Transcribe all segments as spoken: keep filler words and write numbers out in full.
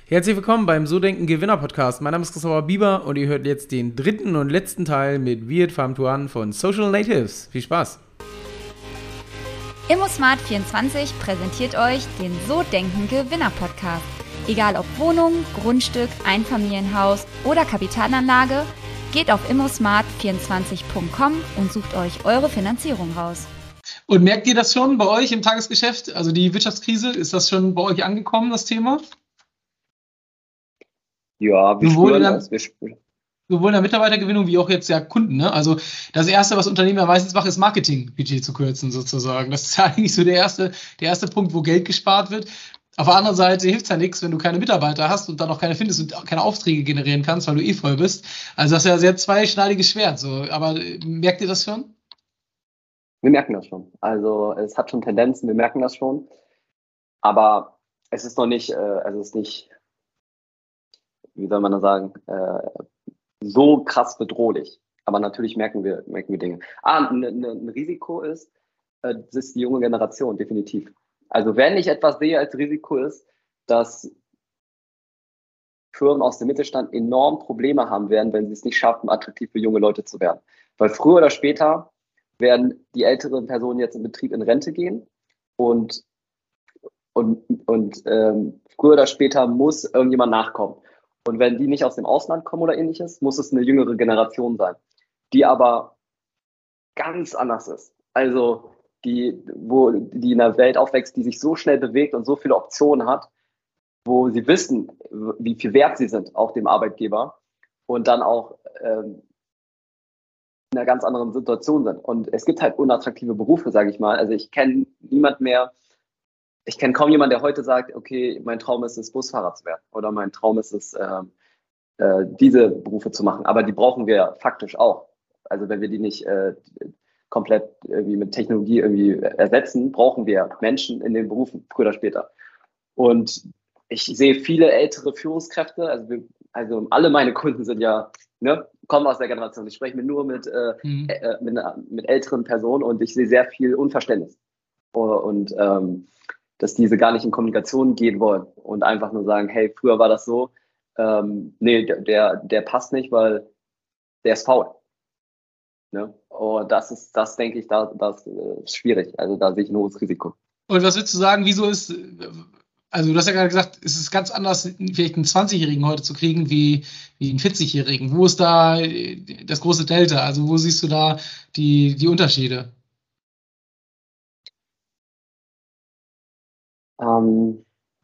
Herzlich willkommen beim So Denken Gewinner Podcast. Mein Name ist Christopher Bieber und ihr hört jetzt den dritten und letzten Teil mit Viet Pham Tuan von Social Natives. Viel Spaß! ImmoSmart vierundzwanzig präsentiert euch den So Denken Gewinner Podcast. Egal ob Wohnung, Grundstück, Einfamilienhaus oder Kapitalanlage, geht auf immosmart vierundzwanzig punkt com und sucht euch eure Finanzierung raus. Und merkt ihr das schon bei euch im Tagesgeschäft? Also die Wirtschaftskrise, ist das schon bei euch angekommen, das Thema? Ja, wir sowohl, spüren in der, das. Wir spüren. sowohl in der Mitarbeitergewinnung wie auch jetzt ja Kunden. Ne? Also das Erste, was Unternehmen ja meistens machen, ist Marketingbudget zu kürzen sozusagen. Das ist ja eigentlich so der erste, der erste Punkt, wo Geld gespart wird. Auf der anderen Seite hilft es ja nichts, wenn du keine Mitarbeiter hast und dann auch keine findest und keine Aufträge generieren kannst, weil du eh voll bist. Also das ist ja ein sehr zweischneidiges Schwert. So. Aber merkt ihr das schon? Wir merken das schon. Also es hat schon Tendenzen, wir merken das schon. Aber es ist noch nicht, äh, also es ist nicht, wie soll man das sagen, äh, so krass bedrohlich. Aber natürlich merken wir, merken wir Dinge. Ah, ein, ein Risiko ist, äh, das ist die junge Generation, definitiv. Also wenn ich etwas sehe als Risiko ist, dass Firmen aus dem Mittelstand enorm Probleme haben werden, wenn sie es nicht schaffen, attraktiv für junge Leute zu werden. Weil früher oder später werden die älteren Personen jetzt im Betrieb in Rente gehen und, und, und ähm, früher oder später muss irgendjemand nachkommen. Und wenn die nicht aus dem Ausland kommen oder ähnliches, muss es eine jüngere Generation sein, die aber ganz anders ist. Also die, wo, die in einer Welt aufwächst, die sich so schnell bewegt und so viele Optionen hat, wo sie wissen, wie viel wert sie sind, auch dem Arbeitgeber, und dann auch ähm, in einer ganz anderen Situation sind. Und es gibt halt unattraktive Berufe, sage ich mal. Also ich kenne niemand mehr, ich kenne kaum jemanden, der heute sagt, okay, mein Traum ist es, Busfahrer zu werden oder mein Traum ist es, äh, äh, diese Berufe zu machen. Aber die brauchen wir faktisch auch. Also wenn wir die nicht äh, komplett irgendwie mit Technologie irgendwie ersetzen, brauchen wir Menschen in den Berufen, früher oder später. Und ich sehe viele ältere Führungskräfte, also, wir, also alle meine Kunden sind ja, ne, kommen aus der Generation. Ich spreche mir nur mit, äh, mhm. äh, mit, mit älteren Personen und ich sehe sehr viel Unverständnis. Und ähm, dass diese gar nicht in Kommunikation gehen wollen und einfach nur sagen, hey, früher war das so, ähm, nee, der, der passt nicht, weil der ist faul. Ne? Und das ist, das denke ich, da, das ist schwierig. Also da sehe ich ein hohes Risiko. Und was würdest du sagen, wieso ist, also du hast ja gerade gesagt, es ist ganz anders, vielleicht einen zwanzigjährigen heute zu kriegen, wie, wie einen vierzig-jährigen. Wo ist da das große Delta? Also wo siehst du da die, die Unterschiede? Ähm,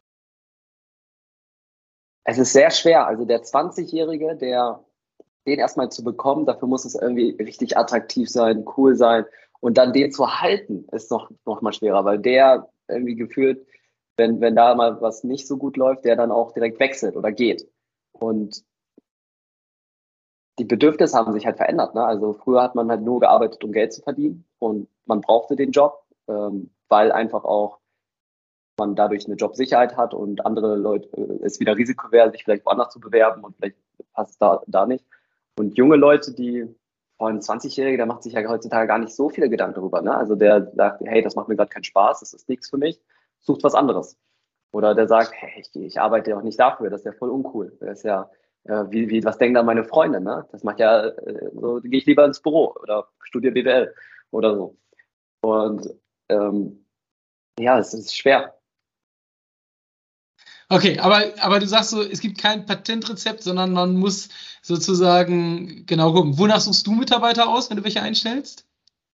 es ist sehr schwer. Also der zwanzigjährige, der den erstmal zu bekommen, dafür muss es irgendwie richtig attraktiv sein, cool sein. Und dann den zu halten, ist noch, noch mal schwerer, weil der irgendwie gefühlt, wenn, wenn da mal was nicht so gut läuft, der dann auch direkt wechselt oder geht. Und die Bedürfnisse haben sich halt verändert. Ne? Also früher hat man halt nur gearbeitet, um Geld zu verdienen und man brauchte den Job, ähm, weil einfach auch man dadurch eine Jobsicherheit hat und andere Leute äh, es wieder Risiko wäre, sich vielleicht woanders zu bewerben und vielleicht passt es da, da nicht. Und junge Leute, die, vor allem zwanzigjährige, der macht sich ja heutzutage gar nicht so viele Gedanken darüber. Ne? Also der sagt, hey, das macht mir gerade keinen Spaß, das ist nichts für mich, sucht was anderes. Oder der sagt, hey, ich, ich arbeite ja auch nicht dafür, das ist ja voll uncool. Das ist ja, äh, wie, wie, was denken dann meine Freunde? Ne? Das macht ja, äh, so gehe ich lieber ins Büro oder studiere B W L oder so. Und ähm, ja, es ist schwer. Okay, aber, aber du sagst so, es gibt kein Patentrezept, sondern man muss sozusagen genau gucken. Wonach suchst du Mitarbeiter aus, wenn du welche einstellst?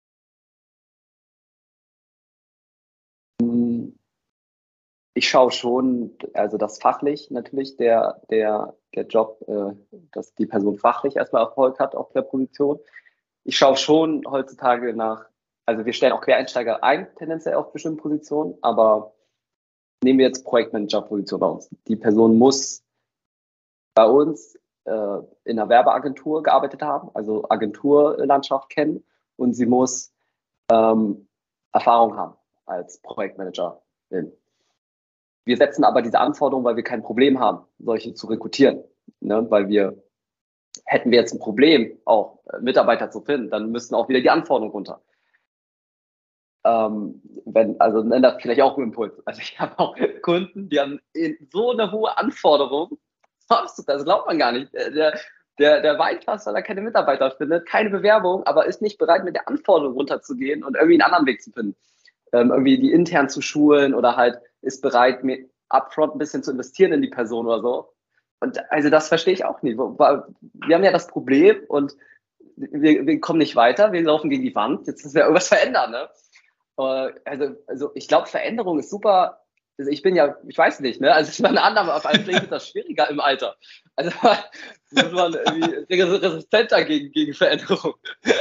Ich schaue schon, also das fachlich natürlich, der, der, der Job, äh, dass die Person fachlich erstmal Erfolg hat auf der Position. Ich schaue schon heutzutage nach, also wir stellen auch Quereinsteiger ein, tendenziell auf bestimmten Positionen, aber nehmen wir jetzt Projektmanager-Position bei uns. Die Person muss bei uns äh, in einer Werbeagentur gearbeitet haben, also Agenturlandschaft kennen, und sie muss ähm, Erfahrung haben als Projektmanagerin. Wir setzen aber diese Anforderungen, weil wir kein Problem haben, solche zu rekrutieren. Ne? Weil wir, hätten wir jetzt ein Problem, auch Mitarbeiter zu finden, dann müssten auch wieder die Anforderungen runter. Ähm, wenn, also nenn das vielleicht auch einen Impuls. Also ich habe auch Kunden, die haben so eine hohe Anforderung, das glaubt man gar nicht. Der, der, der Weinklass, weil er keine Mitarbeiter findet, keine Bewerbung, aber ist nicht bereit, mit der Anforderung runterzugehen und irgendwie einen anderen Weg zu finden. Ähm, irgendwie die intern zu schulen oder halt ist bereit, mir upfront ein bisschen zu investieren in die Person oder so. Und also das verstehe ich auch nicht. Wir haben ja das Problem und wir, wir kommen nicht weiter, wir laufen gegen die Wand, jetzt müssen wir irgendwas verändern, ne? Also, also ich glaube, Veränderung ist super. Also ich bin ja, ich weiß nicht, ne? Also es ist eine Annahme, auf einem Weg ist das schwieriger im Alter. Also muss man irgendwie resistenter gegen, gegen Veränderung.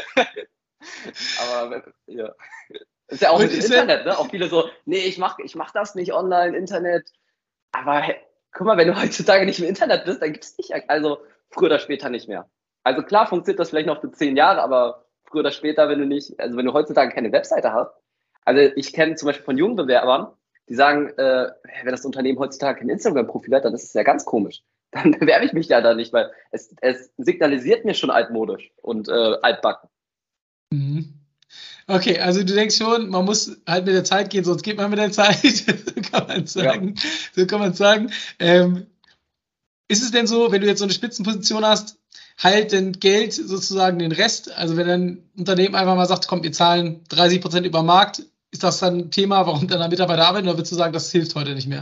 Aber ja. Das ist ja auch mit dem Internet, ne? Auch viele so, nee, ich mach, ich mach das nicht online, Internet. Aber hey, guck mal, wenn du heutzutage nicht im Internet bist, dann gibt es nicht, also früher oder später nicht mehr. Also klar funktioniert das vielleicht noch für zehn Jahre, aber früher oder später, wenn du nicht, also wenn du heutzutage keine Webseite hast. Also ich kenne zum Beispiel von jungen Bewerbern, die sagen, äh, wenn das Unternehmen heutzutage kein Instagram-Profil hat, dann ist es ja ganz komisch. Dann bewerbe ich mich ja da nicht, weil es, es signalisiert mir schon altmodisch und äh, altbacken. Mhm. Okay, also du denkst schon, man muss halt mit der Zeit gehen, sonst geht man mit der Zeit. So kann man sagen. Ja. So kann man sagen. Ähm, ist es denn so, wenn du jetzt so eine Spitzenposition hast, halt denn Geld sozusagen den Rest? Also wenn ein Unternehmen einfach mal sagt, komm, wir zahlen dreißig Prozent über Markt, ist das dann ein Thema, warum dann da Mitarbeiter arbeiten, oder würdest du sagen, das hilft heute nicht mehr?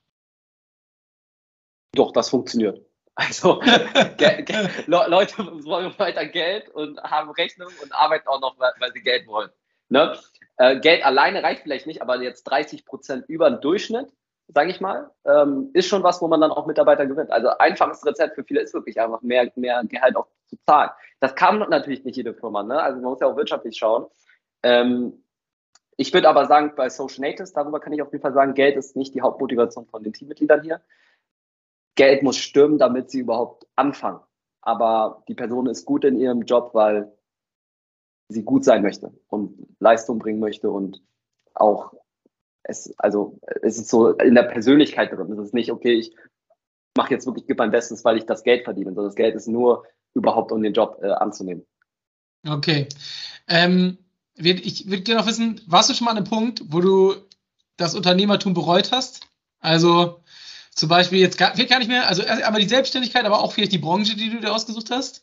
Doch, das funktioniert. Also ge- ge- Le- Leute wollen weiter Geld und haben Rechnungen und arbeiten auch noch, weil, weil sie Geld wollen. Ne? Äh, Geld alleine reicht vielleicht nicht, aber jetzt dreißig Prozent über den Durchschnitt, sage ich mal, ähm, ist schon was, wo man dann auch Mitarbeiter gewinnt. Also einfaches Rezept für viele ist wirklich einfach mehr, mehr Gehalt auch zu zahlen. Das kann natürlich nicht jede Firma, ne? Also man muss ja auch wirtschaftlich schauen. Ähm, ich würde aber sagen, bei Social Natives, darüber kann ich auf jeden Fall sagen, Geld ist nicht die Hauptmotivation von den Teammitgliedern hier. Geld muss stimmen, damit sie überhaupt anfangen. Aber die Person ist gut in ihrem Job, weil sie gut sein möchte und Leistung bringen möchte und auch es, also es ist so in der Persönlichkeit drin. Es ist nicht, okay, ich mache jetzt wirklich, gebe mein Bestes, weil ich das Geld verdiene, sondern das Geld ist nur überhaupt, um den Job äh, anzunehmen. Okay. Ähm, ich würde gerne noch wissen, warst du schon mal an einem Punkt, wo du das Unternehmertum bereut hast? Also zum Beispiel jetzt gar, gar nicht mehr, also aber die Selbstständigkeit, aber auch vielleicht die Branche, die du dir ausgesucht hast?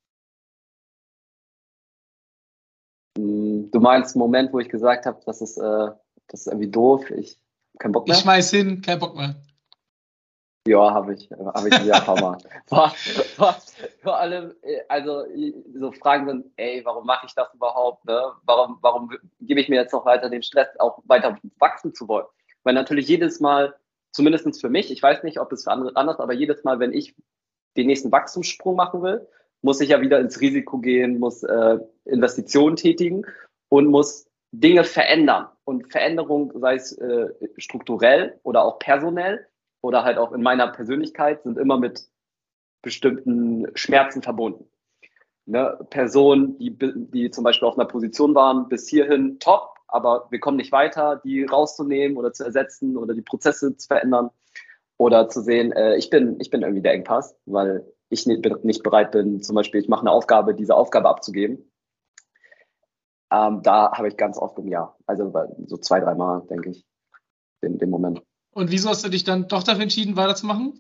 Du meinst einen Moment, wo ich gesagt habe, das ist, äh, das ist irgendwie doof, ich habe keinen Bock mehr? Ich schmeiß hin, kein Bock mehr. Ja, habe ich, habe ich ja ein paar Mal. vor, vor, vor allem, also so Fragen sind, ey, warum mache ich das überhaupt? Ne? Warum, warum gebe ich mir jetzt noch weiter den Stress, auch weiter wachsen zu wollen? Weil natürlich jedes Mal, zumindest für mich, ich weiß nicht, ob es für andere anders, aber jedes Mal, wenn ich den nächsten Wachstumssprung machen will, muss ich ja wieder ins Risiko gehen, muss äh, Investitionen tätigen und muss Dinge verändern. Und Veränderung, sei es äh, strukturell oder auch personell, oder halt auch in meiner Persönlichkeit, sind immer mit bestimmten Schmerzen verbunden. Ne? Personen, die, die zum Beispiel auf einer Position waren, bis hierhin top, aber wir kommen nicht weiter, die rauszunehmen oder zu ersetzen oder die Prozesse zu verändern oder zu sehen, äh, ich bin, ich bin irgendwie der Engpass, weil ich nicht, nicht bereit bin, zum Beispiel, ich mache eine Aufgabe, diese Aufgabe abzugeben. Ähm, da habe ich ganz oft im Jahr, also so zwei, dreimal, denke ich, in dem Moment. Und wieso hast du dich dann doch dafür entschieden, weiterzumachen?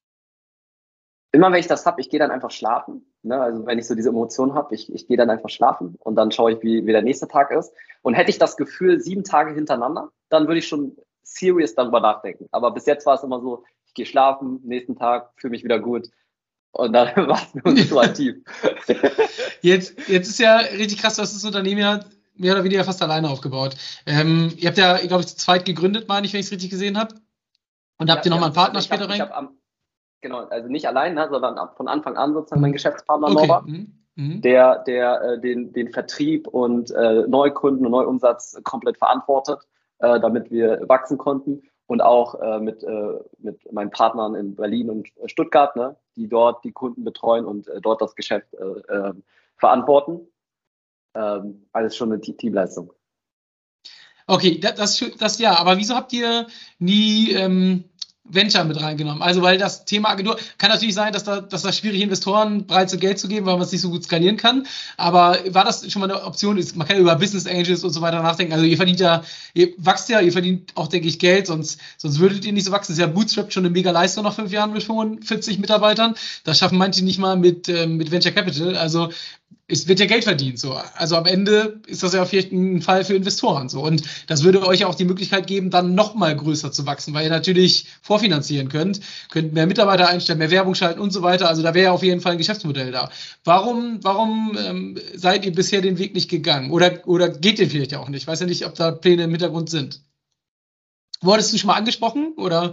Immer wenn ich das habe, ich gehe dann einfach schlafen. Ne? Also wenn ich so diese Emotionen habe, ich, ich gehe dann einfach schlafen und dann schaue ich, wie, wie der nächste Tag ist. Und hätte ich das Gefühl, sieben Tage hintereinander, dann würde ich schon serious darüber nachdenken. Aber bis jetzt war es immer so, ich gehe schlafen, nächsten Tag, fühle mich wieder gut. Und dann war es nur situativ. jetzt, jetzt ist ja richtig krass, dass das Unternehmen ja mehr oder weniger fast alleine aufgebaut. Ähm, ihr habt ja, glaube ich, zu zweit gegründet, meine ich, wenn ich es richtig gesehen habe. Und habt ja, ihr nochmal einen Partner also später hab, rein? Am, genau, also nicht allein, ne, sondern ab, von Anfang an sozusagen mein Geschäftspartner okay. Norbert, mhm. der, der äh, den, den Vertrieb und äh, Neukunden und Neuumsatz komplett verantwortet, äh, damit wir wachsen konnten. Und auch äh, mit, äh, mit meinen Partnern in Berlin und Stuttgart, ne, die dort die Kunden betreuen und äh, dort das Geschäft äh, äh, verantworten. Ähm, alles schon eine Teamleistung. Okay, das, das, das ja, aber wieso habt ihr nie, ähm, Venture mit reingenommen. Also weil das Thema Agentur, kann natürlich sein, dass da, dass das schwierig Investoren bereit so Geld zu geben, weil man es nicht so gut skalieren kann. Aber war das schon mal eine Option? Man kann ja über Business Angels und so weiter nachdenken. Also ihr verdient ja, ihr wachst ja, ihr verdient auch, denke ich, Geld, sonst, sonst würdet ihr nicht so wachsen. Das ist ja Bootstrap schon eine mega Leistung nach fünf Jahren mit fünfundvierzig Mitarbeitern. Das schaffen manche nicht mal mit, ähm, mit Venture Capital. Also es wird ja Geld verdient, so. Also am Ende ist das ja vielleicht ein Fall für Investoren, so. Und das würde euch auch die Möglichkeit geben, dann noch mal größer zu wachsen, weil ihr natürlich vorfinanzieren könnt, könnt mehr Mitarbeiter einstellen, mehr Werbung schalten und so weiter. Also da wäre ja auf jeden Fall ein Geschäftsmodell da. Warum, warum ähm, seid ihr bisher den Weg nicht gegangen? Oder, oder geht ihr vielleicht auch nicht? Ich weiß ja nicht, ob da Pläne im Hintergrund sind. Wurdest du schon mal angesprochen, oder?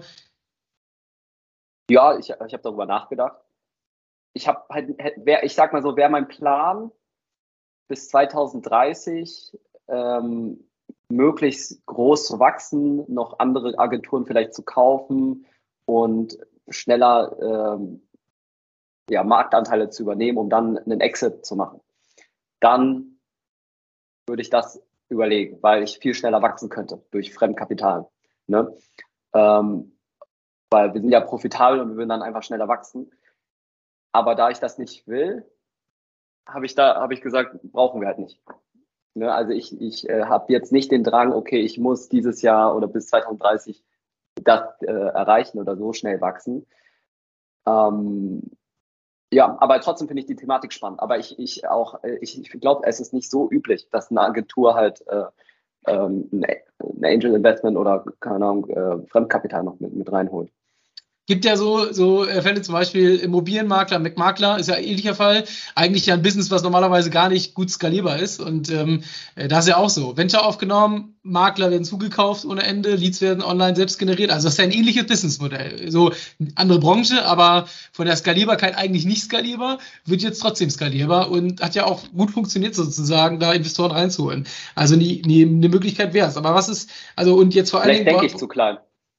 Ja, ich, ich habe darüber nachgedacht. Ich habe halt, wär, ich sag mal so, wäre mein Plan, bis zwanzig dreißig ähm, möglichst groß zu wachsen, noch andere Agenturen vielleicht zu kaufen und schneller ähm, ja, Marktanteile zu übernehmen, um dann einen Exit zu machen. Dann würde ich das überlegen, weil ich viel schneller wachsen könnte durch Fremdkapital. Ne? Ähm, weil wir sind ja profitabel und wir würden dann einfach schneller wachsen. Aber da ich das nicht will, habe ich da, habe ich gesagt, brauchen wir halt nicht. Ne, also ich, ich äh, habe jetzt nicht den Drang, okay, ich muss dieses Jahr oder bis zwanzig dreißig das äh, erreichen oder so schnell wachsen. Ähm, ja, aber trotzdem finde ich die Thematik spannend. Aber ich, ich auch, äh, ich, ich glaube, es ist nicht so üblich, dass eine Agentur halt äh, ähm, ein Angel Investment oder keine Ahnung, äh, Fremdkapital noch mit, mit reinholt. Gibt ja so, so Fälle, zum Beispiel Immobilienmakler, McMakler, ist ja ein ähnlicher Fall. Eigentlich ja ein Business, was normalerweise gar nicht gut skalierbar ist. Und ähm, da ist ja auch so. Venture aufgenommen, Makler werden zugekauft ohne Ende, Leads werden online selbst generiert. Also das ist ja ein ähnliches Businessmodell. So eine andere Branche, aber von der Skalierbarkeit eigentlich nicht skalierbar, wird jetzt trotzdem skalierbar und hat ja auch gut funktioniert sozusagen, da Investoren reinzuholen. Also nie, nie, eine Möglichkeit wäre es. Aber was ist, also und jetzt vor allen Dingen. Vielleicht denke ich zu klein.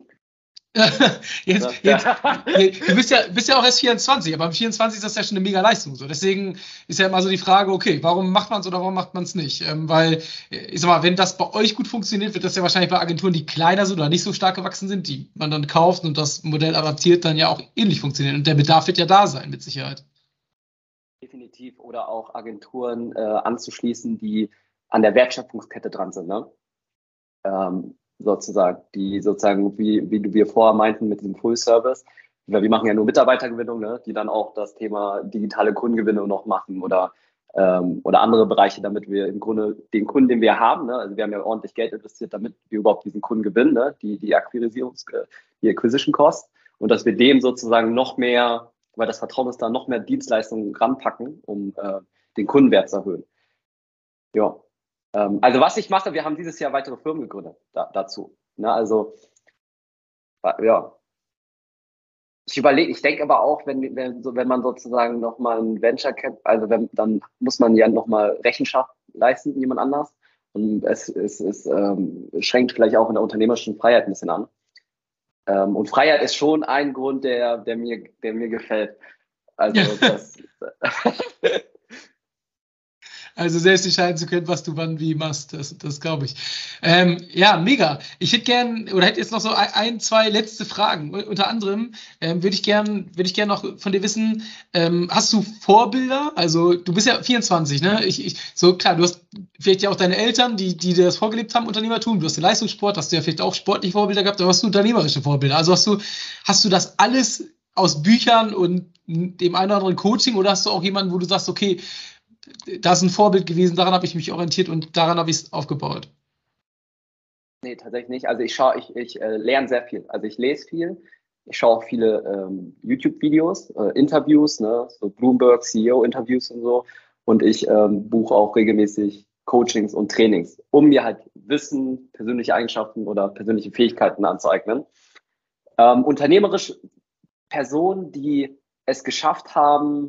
jetzt, jetzt, du bist ja, bist ja auch erst vierundzwanzig, aber am vierundzwanzig ist das ja schon eine mega Leistung. So. Deswegen ist ja immer so die Frage, okay, warum macht man es oder warum macht man es nicht? Ähm, weil, ich sag mal, wenn das bei euch gut funktioniert, wird das ja wahrscheinlich bei Agenturen, die kleiner sind oder nicht so stark gewachsen sind, die man dann kauft und das Modell adaptiert, dann ja auch ähnlich funktionieren. Und der Bedarf wird ja da sein, mit Sicherheit. Definitiv. Oder auch Agenturen äh, anzuschließen, die an der Wertschöpfungskette dran sind, ne? Ähm, sozusagen, die sozusagen, wie, wie wir vorher meinten mit diesem Full Service, weil wir machen ja nur Mitarbeitergewinnung, ne, die dann auch das Thema digitale Kundengewinnung noch machen oder, ähm, oder andere Bereiche, damit wir im Grunde den Kunden, den wir haben, ne, also wir haben ja ordentlich Geld investiert, damit wir überhaupt diesen Kunden gewinnen, ne, die, die Akquirisierungs-, die Acquisition Cost, und dass wir dem sozusagen noch mehr, weil das Vertrauen ist da, noch mehr Dienstleistungen ranpacken, um äh, den Kundenwert zu erhöhen. Ja. Also was ich mache, wir haben dieses Jahr weitere Firmen gegründet da, dazu. Ne, also, ja. Ich überlege, ich denke aber auch, wenn, wenn, so, wenn man sozusagen nochmal ein Venture Cap, also wenn, dann muss man ja nochmal Rechenschaft leisten, jemand anders. Und es, es, es ähm, schränkt vielleicht auch in der unternehmerischen Freiheit ein bisschen an. Ähm, und Freiheit ist schon ein Grund, der, der, mir, der mir gefällt. Also das... Also selbst entscheiden zu können, was du wann wie machst, das, das glaube ich. Ähm, ja, mega. Ich hätte gern, oder hätte jetzt noch so ein, zwei letzte Fragen. Unter anderem ähm, würde ich gern, würde ich gern noch von dir wissen, ähm, hast du Vorbilder? Also du bist ja vierundzwanzig, ne? Ich, ich, so klar, du hast vielleicht ja auch deine Eltern, die, die dir das vorgelebt haben, Unternehmertum. Du hast den Leistungssport, hast du ja vielleicht auch sportliche Vorbilder gehabt, aber hast du unternehmerische Vorbilder? Also hast du, hast du das alles aus Büchern und dem einen oder anderen Coaching, oder hast du auch jemanden, wo du sagst, okay, das ist ein Vorbild gewesen, daran habe ich mich orientiert und daran habe ich es aufgebaut? Nee, tatsächlich nicht. Also ich schaue, ich, ich äh, lerne sehr viel. Also ich lese viel, ich schaue auch viele ähm, YouTube-Videos, äh, Interviews, ne, so Bloomberg C E O-Interviews und so. Und ich ähm, buche auch regelmäßig Coachings und Trainings, um mir halt Wissen, persönliche Eigenschaften oder persönliche Fähigkeiten anzueignen. Ähm, unternehmerisch Personen, die es geschafft haben,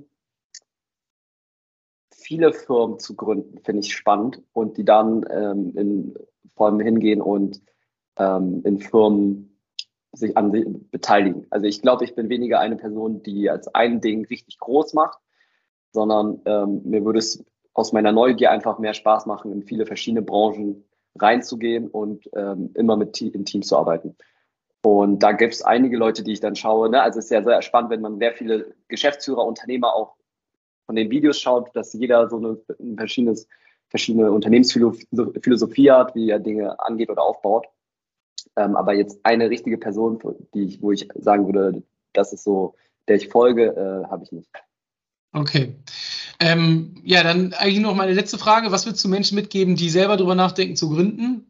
viele Firmen zu gründen, finde ich spannend, und die dann ähm, in, vor allem hingehen und ähm, in Firmen sich an sich beteiligen. Also ich glaube, ich bin weniger eine Person, die als ein Ding richtig groß macht, sondern ähm, mir würde es aus meiner Neugier einfach mehr Spaß machen, in viele verschiedene Branchen reinzugehen und ähm, immer mit in Teams zu arbeiten. Und da gibt es einige Leute, die ich dann schaue. Ne? Also es ist ja sehr spannend, wenn man sehr viele Geschäftsführer, Unternehmer auch von den Videos schaut, dass jeder so eine, ein verschiedenes, verschiedene Unternehmensphilosophie hat, wie er Dinge angeht oder aufbaut. Ähm, aber jetzt eine richtige Person, die ich, wo ich sagen würde, das ist so, der ich folge, äh, habe ich nicht. Okay. Ähm, ja, dann eigentlich noch meine letzte Frage. Was würdest du Menschen mitgeben, die selber darüber nachdenken zu gründen?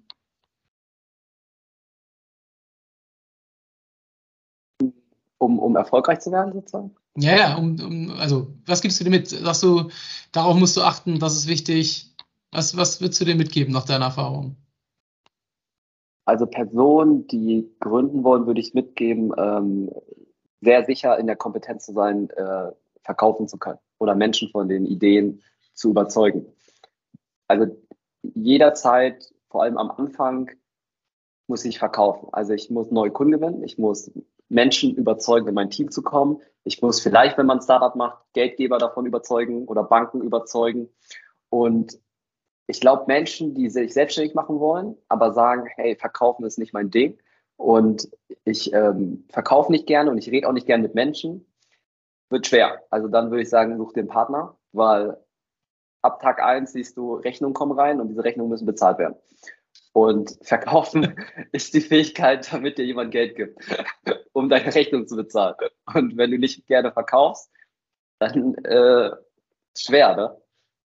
Um, um erfolgreich zu werden, sozusagen? Ja, ja, um, um, also was gibst du dir mit? Sagst du, darauf musst du achten, das ist wichtig. Was, was würdest du dir mitgeben nach deiner Erfahrung? Also Personen, die gründen wollen, würde ich mitgeben, ähm, sehr sicher in der Kompetenz zu sein, äh, verkaufen zu können oder Menschen von den Ideen zu überzeugen. Also jederzeit, vor allem am Anfang, muss ich verkaufen. Also ich muss neue Kunden gewinnen, ich muss Menschen überzeugen, in mein Team zu kommen. Ich muss vielleicht, wenn man ein Startup macht, Geldgeber davon überzeugen oder Banken überzeugen. Und ich glaube, Menschen, die sich selbstständig machen wollen, aber sagen, hey, verkaufen ist nicht mein Ding und ich ähm, verkaufe nicht gerne und ich rede auch nicht gerne mit Menschen, wird schwer. Also dann würde ich sagen, such dir einen Partner, weil ab Tag eins siehst du, Rechnungen kommen rein und diese Rechnungen müssen bezahlt werden. Und verkaufen ist die Fähigkeit, damit dir jemand Geld gibt, um deine Rechnung zu bezahlen. Und wenn du nicht gerne verkaufst, dann äh, schwer, ne?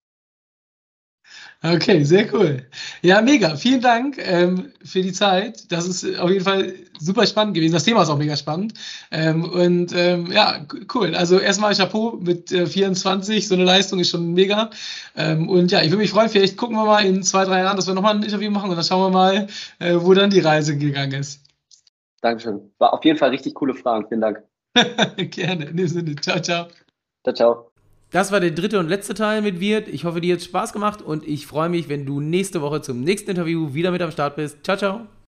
Okay, sehr cool. Ja, mega. Vielen Dank ähm, für die Zeit. Das ist auf jeden Fall super spannend gewesen. Das Thema ist auch mega spannend. Ähm, und ähm, ja, cool. Also erstmal Chapeau mit äh, vierundzwanzig. So eine Leistung ist schon mega. Ähm, und ja, ich würde mich freuen, vielleicht gucken wir mal in zwei, drei Jahren, dass wir nochmal ein Interview machen und dann schauen wir mal, äh, wo dann die Reise gegangen ist. Dankeschön. War auf jeden Fall richtig coole Fragen. Vielen Dank. Gerne. In dem Sinne. Ciao, ciao. Ciao, ciao. Das war der dritte und letzte Teil mit Wirt. Ich hoffe, dir hat Spaß gemacht und ich freue mich, wenn du nächste Woche zum nächsten Interview wieder mit am Start bist. Ciao, ciao.